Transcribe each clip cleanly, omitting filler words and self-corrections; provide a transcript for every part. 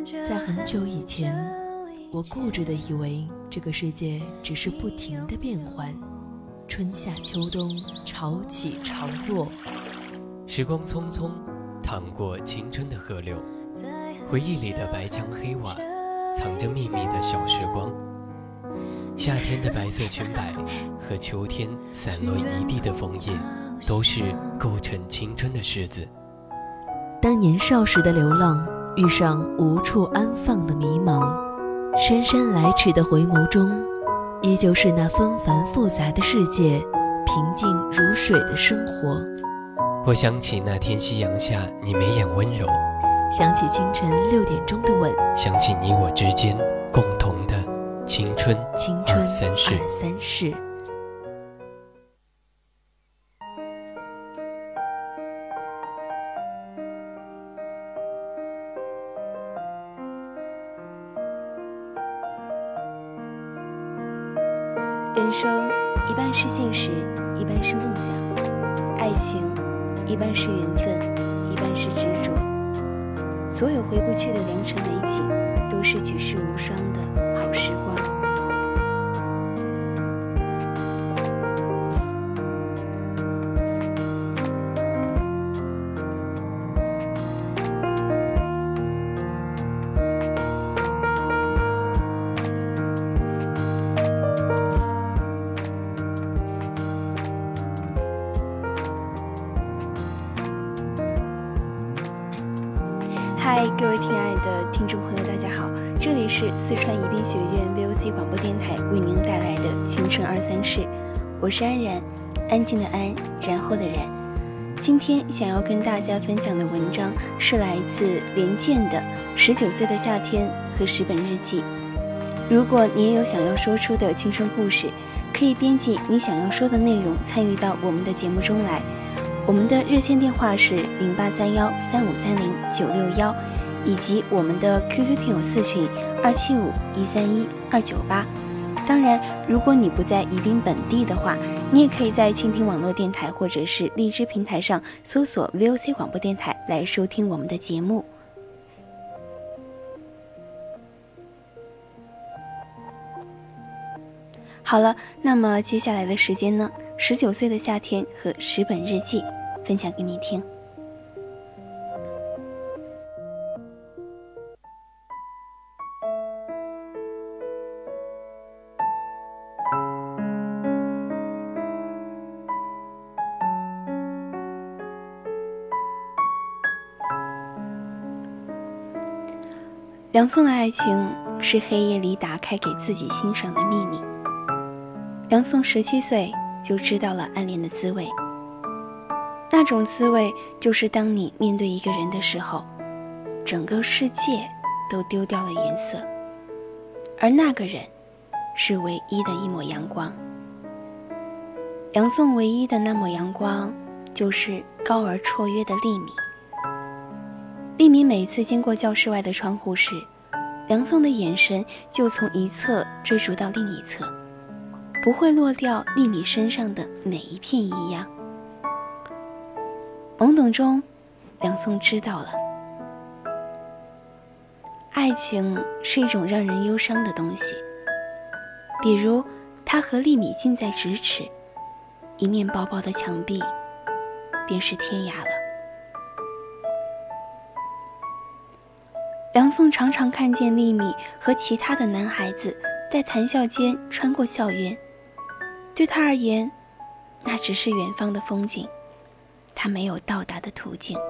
在很久以前，我固执地以为这个世界只是不停的变换，春夏秋冬，潮起潮落。 时光匆匆，淌过青春的河流，回忆里的白墙黑瓦，藏着秘密的小时光。夏天的白色裙摆和秋天散落一地的枫叶，都是构成青春的式子。 当年少时的流浪遇上无处安放的迷茫，姗姗来迟的回眸中，依旧是那纷繁复杂的世界，平静如水的生活。 我想起那天夕阳下你眉眼温柔， 想起清晨6点钟的吻， 想起你我之间共同的青春二三事。 人生一半是现实，一半是梦想；爱情一半是缘分，一半是执着。所有回不去的良辰美景，都是举世无双的好时光。嗨，各位亲爱的听众朋友，大家好，这里是四川宜宾学院 VOC 广播电台为您带来的青春二三事，我是安然，安静的安，然后的然。今天想要跟大家分享的文章是来自连剑的19岁的夏天和10本日记。如果你也有想要说出的青春故事，可以编辑你想要说的内容参与到我们的节目中来。我们的热线电话是08313530-961，以及我们的 QQ 听友私群275-131-298。当然，如果你不在宜宾本地的话，你也可以在蜻蜓网络电台或者是荔枝平台上搜索 VOC 广播电台来收听我们的节目。好了，那么接下来的时间呢，19岁的夏天和10本日记分享给你听。梁宋的爱情是黑夜里打开给自己欣赏的秘密。梁宋17岁就知道了暗恋的滋味，那种滋味就是当你面对一个人的时候，整个世界都丢掉了颜色，而那个人是唯一的一抹阳光。梁宋唯一的那抹阳光就是高而绰约的丽米。丽米每次经过教室外的窗户时，梁宋的眼神就从一侧追逐到另一侧，不会落掉丽米身上的每一片异样。懵懂中，梁宋知道了，爱情是一种让人忧伤的东西。比如他和丽米近在咫尺，一面薄薄的墙壁便是天涯了。梁宋常常看见丽米和其他的男孩子在谈笑间穿过校园，对他而言，那只是远方的风景，他没有到达的途径。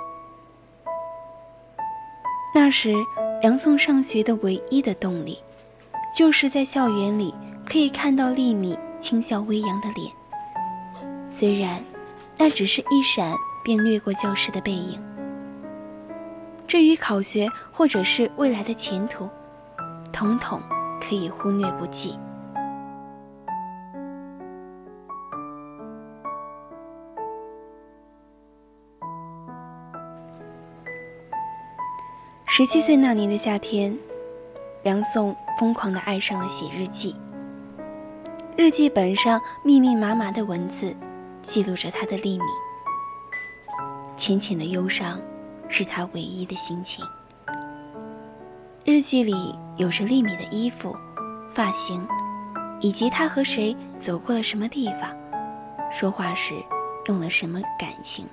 那时梁宋上学的唯一的动力，就是在校园里可以看到丽米轻笑微扬的脸，虽然那只是一闪便掠过教室的背影。至于考学或者是未来的前途，统统可以忽略不计。17岁那年的夏天，梁宋疯狂地爱上了写日记。日记本上密密麻麻的文字记录着他的丽米，浅浅的忧伤是他唯一的心情。 日记里有着丽米的衣服、发型，以及她和谁走过了什么地方，说话时用了什么感情。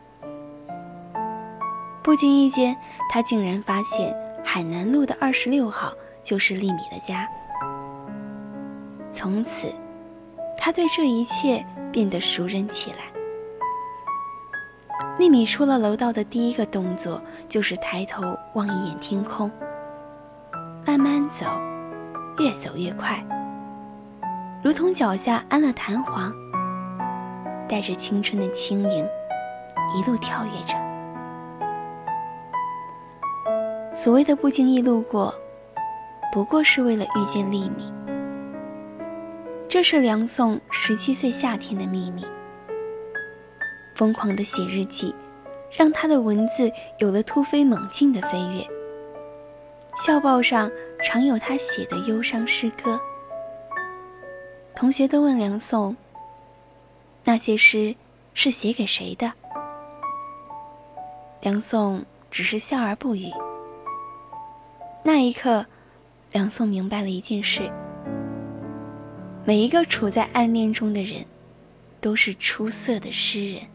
不经意间，他竟然发现海南路的26号就是丽米的家。从此，他对这一切变得熟稔起来。丽米出了楼道的第一个动作就是抬头望一眼天空，慢慢走，越走越快，如同脚下安了弹簧，带着青春的轻盈，一路跳跃着。所谓的不经意路过，不过是为了遇见丽米。这是梁宋17岁夏天的秘密。疯狂的写日记，让他的文字有了突飞猛进的飞跃。校报上常有他写的忧伤诗歌。同学都问梁宋，那些诗是写给谁的？梁宋只是笑而不语。那一刻，梁宋明白了一件事：每一个处在暗恋中的人，都是出色的诗人。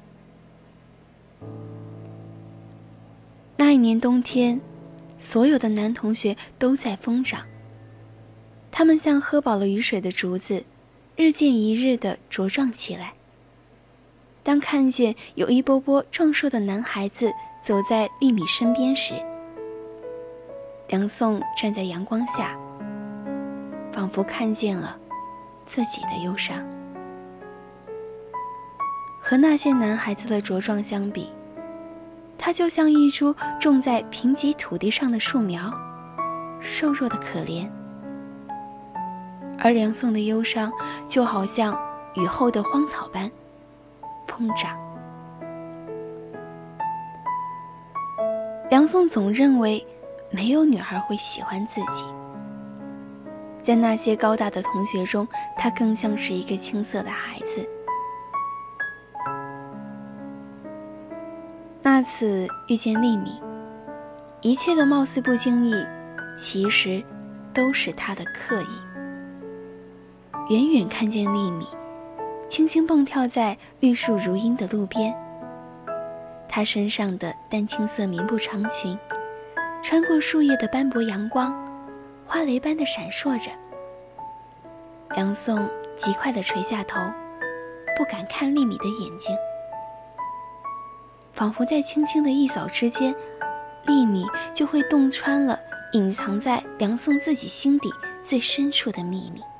那一年冬天，所有的男同学都在疯长，他们像喝饱了雨水的竹子，日渐一日地茁壮起来。当看见有一波波壮硕的男孩子走在丽米身边时，梁宋站在阳光下，仿佛看见了自己的忧伤。和那些男孩子的茁壮相比，他就像一株种在贫瘠土地上的树苗，瘦弱的可怜。而梁宋的忧伤就好像雨后的荒草般疯长。梁宋总认为没有女孩会喜欢自己，在那些高大的同学中，他更像是一个青涩的孩子。那次遇见丽米，一切的貌似不经意，其实都是他的刻意。远远看见丽米轻轻蹦跳在绿树如茵的路边，她身上的淡青色棉布长裙穿过树叶的斑驳阳光，花蕾般的闪烁着。梁宋极快地垂下头，不敢看丽米的眼睛，仿佛在轻轻的一扫之间，丽米就会洞穿了隐藏在梁宋自己心底最深处的秘密。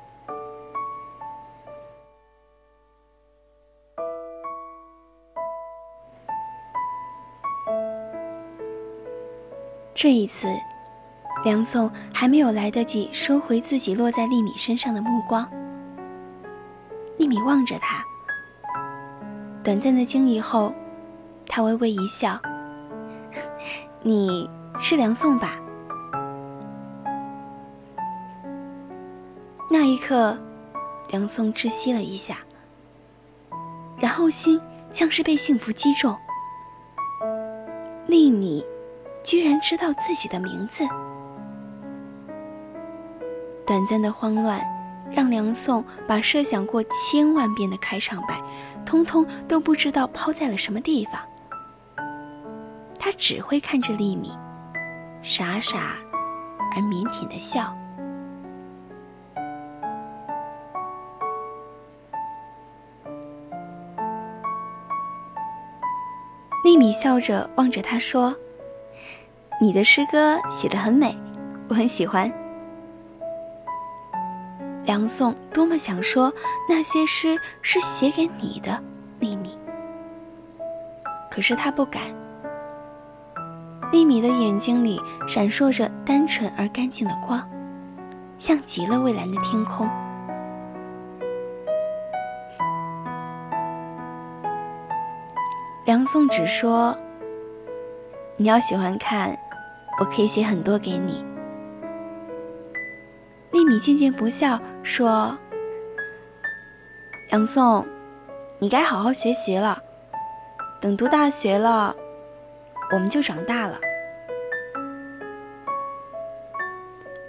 这一次，梁宋还没有来得及收回自己落在丽米身上的目光。丽米望着他，短暂的惊疑后，他微微一笑：“你是梁宋吧？”那一刻，梁宋窒息了一下，然后心像是被幸福击中。丽米居然知道自己的名字。短暂的慌乱让梁宋把设想过1000万遍的开场白通通都不知道抛在了什么地方。他只会看着丽米，傻傻而腼腆的笑。丽米笑着望着他说：“你的诗歌写得很美，我很喜欢。”梁宋多么想说那些诗是写给你的，丽米，可是他不敢。丽米的眼睛里闪烁着单纯而干净的光，像极了蔚蓝的天空。梁宋只说：“你要喜欢看，我可以写很多给你。”丽米渐渐不笑，说：“梁宋，你该好好学习了，等读大学了，我们就长大了。”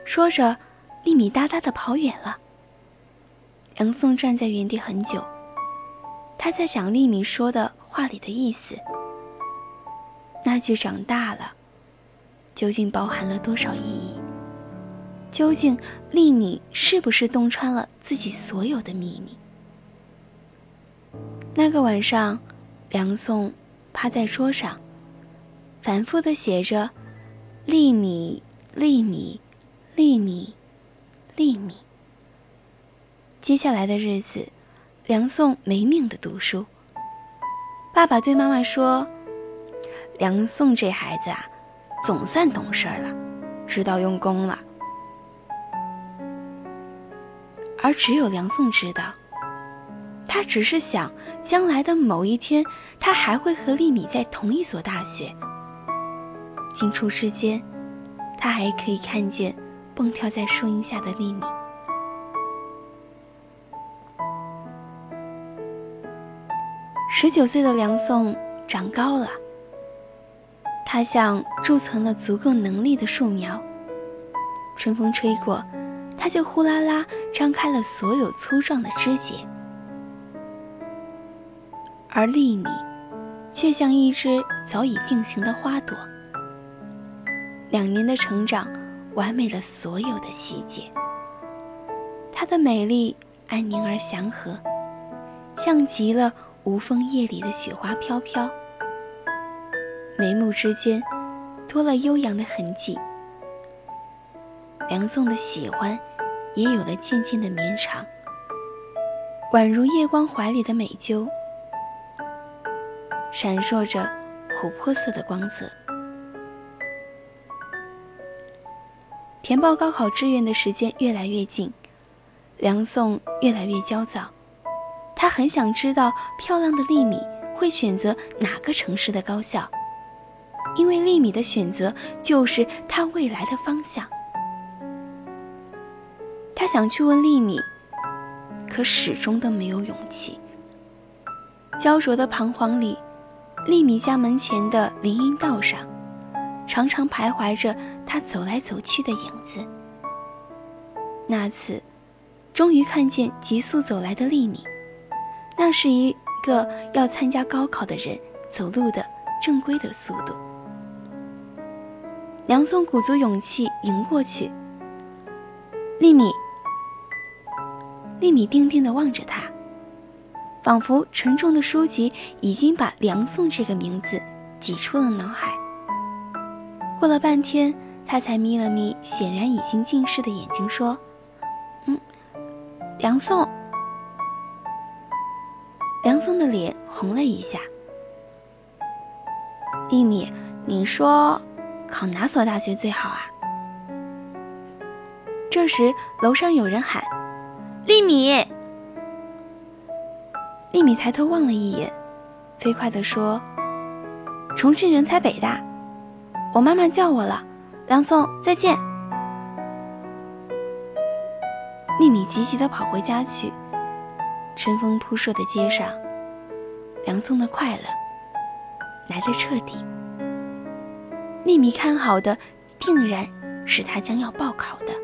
说着，丽米哒哒地跑远了。梁宋站在原地很久，他在想丽米说的话里的意思。那句长大了究竟包含了多少意义？究竟丽米是不是洞穿了自己所有的秘密？那个晚上，梁宋趴在桌上，反复地写着丽米，丽米，丽米，丽米。接下来的日子，梁宋没命地读书。爸爸对妈妈说，梁宋这孩子啊，总算懂事了，知道用功了。而只有梁宋知道，他只是想将来的某一天，他还会和丽米在同一所大学。近处之间，他还可以看见蹦跳在树荫下的丽米。19岁的梁宋长高了，他像贮存了足够能力的树苗，春风吹过，他就呼啦啦张开了所有粗壮的枝节。而丽米却像一只早已定型的花朵，2年的成长完美了所有的细节。她的美丽安宁而祥和，像极了无风夜里的雪花飘飘，眉目之间多了悠扬的痕迹。梁宋的喜欢也有了渐渐的绵长，宛如夜光怀里的美灸，闪烁着琥珀色的光泽。填报高考志愿的时间越来越近，梁宋越来越焦躁。他很想知道漂亮的丽米会选择哪个城市的高校，因为丽米的选择就是他未来的方向。他想去问丽米，可始终都没有勇气。焦灼的彷徨里，丽米家门前的林荫道上，常常徘徊着他走来走去的影子。那次，终于看见急速走来的丽米，那是一个要参加高考的人走路的正规的速度。梁宋鼓足勇气迎过去。丽米。丽米定定地望着他，仿佛沉重的书籍已经把梁宋这个名字挤出了脑海。过了半天，他才眯了眯显然已经近视的眼睛，说：“梁宋。”梁宋的脸红了一下。丽米，你说考哪所大学最好啊？这时楼上有人喊：“丽米！”丽米抬头望了一眼，飞快地说：“重庆人才北大，我妈妈叫我了，梁宋再见。”丽米急急地跑回家去。春风扑朔的街上，梁宋的快乐来得彻底。丽米看好的定然是他将要报考的。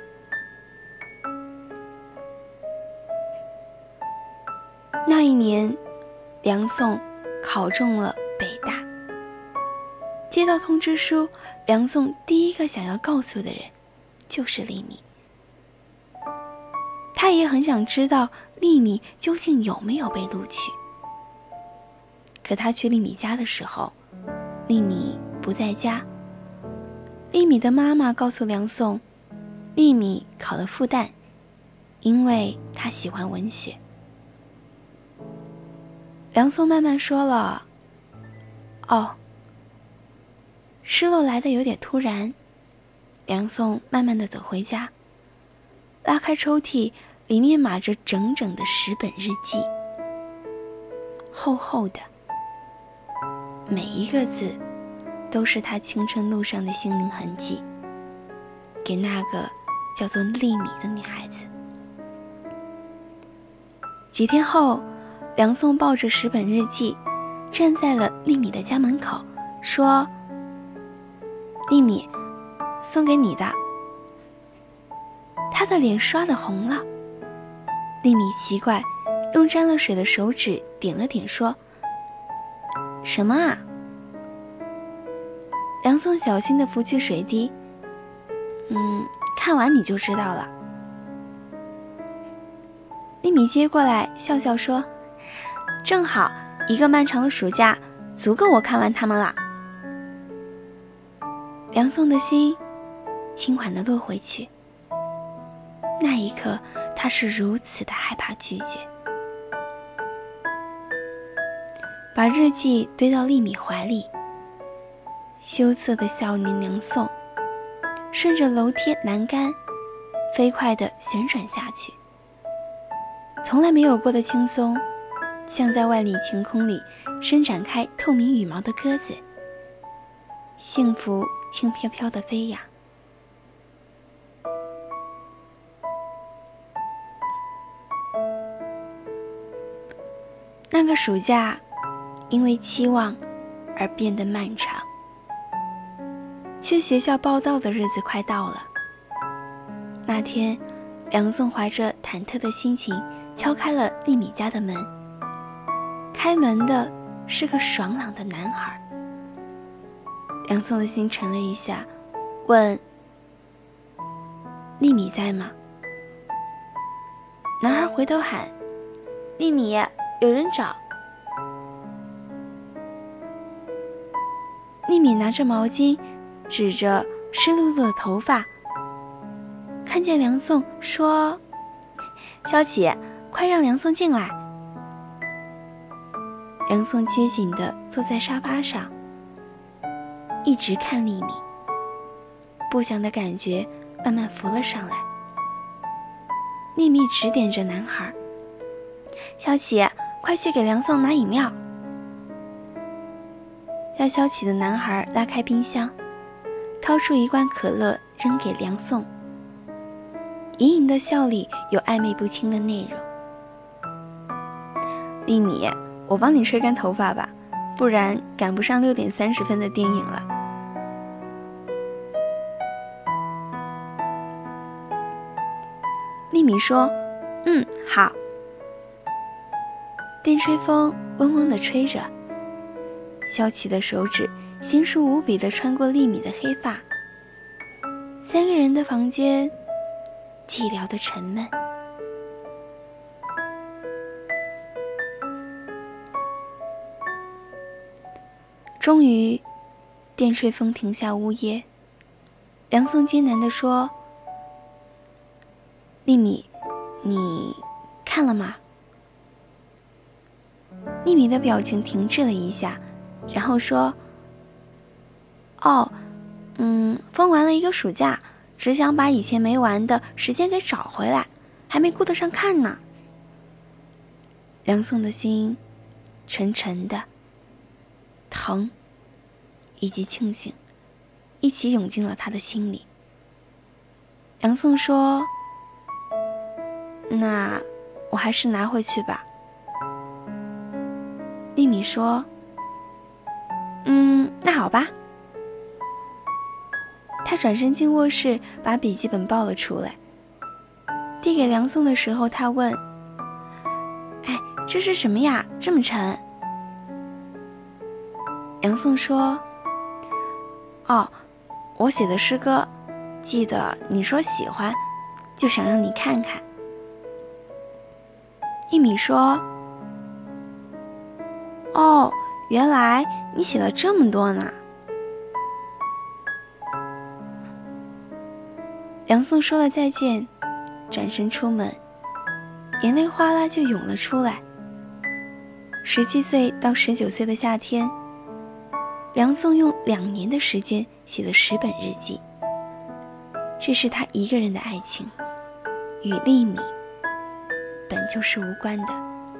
那一年，梁宋考中了北大。接到通知书，梁宋第一个想要告诉的人就是丽米。他也很想知道丽米究竟有没有被录取。可他去丽米家的时候，丽米不在家。丽米的妈妈告诉梁宋，丽米考了复旦，因为她喜欢文学。梁宋慢慢说了：“哦。”失落来的有点突然。梁宋慢慢地走回家，拉开抽屉，里面码着整整的10本日记，厚厚的，每一个字都是他青春路上的心灵痕迹，给那个叫做丽米的女孩子。几天后，梁宋抱着10本日记站在了丽米的家门口，说：“丽米，送给你的。” 的脸刷得红了。丽米奇怪，用沾了水的手指点了点，说：“什么啊？”梁宋小心地拂去水滴，看完你就知道了。丽米接过来，笑笑说：“正好，一个漫长的暑假，足够我看完它们了。”梁宋的心轻缓地落回去。那一刻，他是如此的害怕拒绝。把日记堆到丽米怀里，羞涩的少年梁宋顺着楼梯栏杆飞快地旋转下去，从来没有过的轻松，像在万里晴空里伸展开透明羽毛的鸽子，幸福轻飘飘地飞扬。那个暑假因为期望而变得漫长。去学校报到的日子快到了。那天，梁宋怀着忐忑的心情敲开了丽米家的门。开门的是个爽朗的男孩。梁宋的心沉了一下，问：“丽米在吗？”男孩回头喊：“丽米，有人找。”丽米拿着毛巾指着湿漉漉的头发，看见梁宋说：“萧启，快让梁宋进来。”梁宋拘谨地坐在沙发上，一直看丽米，不祥的感觉慢慢浮了上来。丽米指点着男孩：“萧启，快去给梁宋拿饮料。”叫萧启的男孩拉开冰箱，掏出一罐可乐扔给梁宋，隐隐的笑里有暧昧不清的内容。“丽米，我帮你吹干头发吧，不然赶不上6点30分的电影了。”丽米说：“好。”电吹风嗡嗡地吹着，萧启的手指娴熟无比地穿过丽米的黑发。3个人的房间寂寥的沉闷。终于，电吹风停下呜咽。梁宋艰难地说：“丽米，你看了吗？”丽米的表情停滞了一下，然后说：“疯玩了一个暑假，只想把以前没玩的时间给找回来，还没顾得上看呢。”梁宋的心沉沉的，疼以及庆幸一起涌进了他的心里。梁宋说：“那我还是拿回去吧。”丽米说：“那好吧。”他转身进卧室，把笔记本抱了出来，递给梁宋的时候，他问：“哎，这是什么呀？这么沉？”梁宋说：“哦，我写的诗歌，记得你说喜欢，就想让你看看。”丽米说：“哦，原来你写了这么多呢。”梁宋说了再见，转身出门，眼泪哗啦就涌了出来。17岁到19岁的夏天，梁宋用2年的时间写了10本日记。这是他一个人的爱情，与丽米本就是无关的。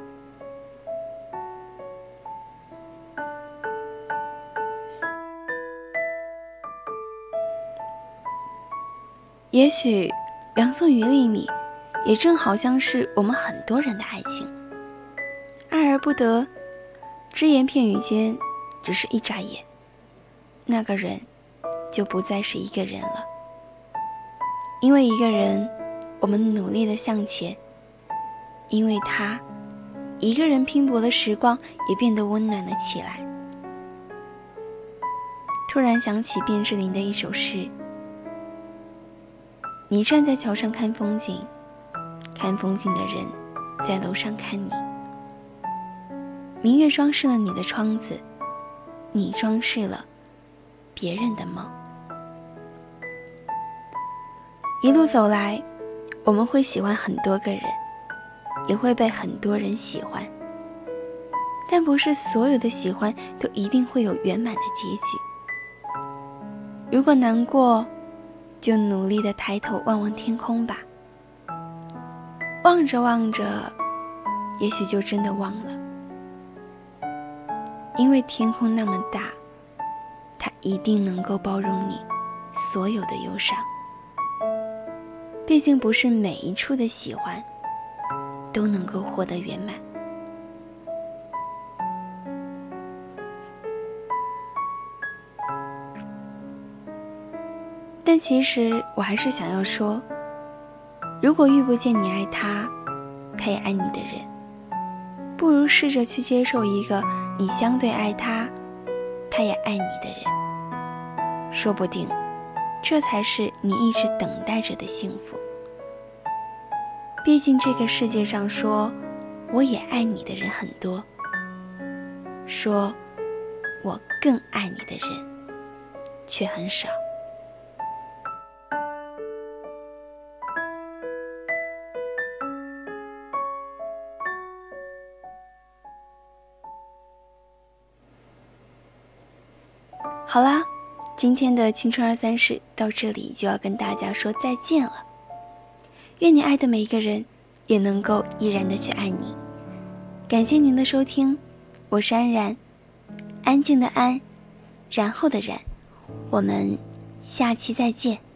也许梁宋与丽米也正好像是我们很多人的爱情，爱而不得，只言片语间只是一眨眼，那个人就不再是一个人了。因为一个人我们努力地向前，因为他，一个人拼搏的时光也变得温暖了起来。突然想起卞之琳的一首诗：你站在桥上看风景，看风景的人在楼上看你。明月装饰了你的窗子，你装饰了别人的梦。一路走来，我们会喜欢很多个人，也会被很多人喜欢，但不是所有的喜欢都一定会有圆满的结局。如果难过，就努力地抬头望望天空吧，望着望着，也许就真的忘了。因为天空那么大，它一定能够包容你所有的忧伤。毕竟不是每一处的喜欢都能够获得圆满。但其实我还是想要说，如果遇不见你爱他，他也爱你的人，不如试着去接受一个你相对爱他，他也爱你的人，说不定这才是你一直等待着的幸福。毕竟这个世界上说我也爱你的人很多，说我更爱你的人却很少。好啦，今天的青春23事到这里就要跟大家说再见了。愿你爱的每一个人也能够依然的去爱你。感谢您的收听，我是安然，安静的安，然后的然。我们下期再见。